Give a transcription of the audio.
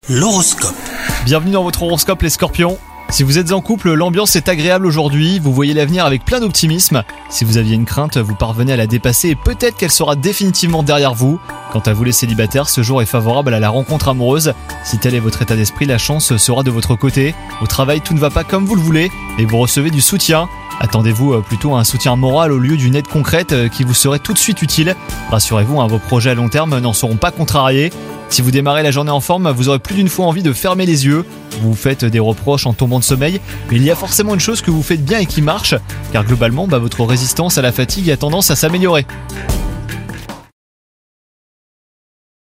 L'horoscope. Bienvenue dans votre horoscope les scorpions. Si vous êtes en couple, l'ambiance est agréable aujourd'hui, vous voyez l'avenir avec plein d'optimisme. Si vous aviez une crainte, vous parvenez à la dépasser et peut-être qu'elle sera définitivement derrière vous. Quant à vous les célibataires, ce jour est favorable à la rencontre amoureuse. Si tel est votre état d'esprit, la chance sera de votre côté. Au travail, tout ne va pas comme vous le voulez et vous recevez du soutien. Attendez-vous plutôt à un soutien moral au lieu d'une aide concrète qui vous serait tout de suite utile. Rassurez-vous, vos projets à long terme n'en seront pas contrariés. Si vous démarrez la journée en forme, vous aurez plus d'une fois envie de fermer les yeux. Vous vous faites des reproches en tombant de sommeil, mais il y a forcément une chose que vous faites bien et qui marche, car globalement, votre résistance à la fatigue a tendance à s'améliorer.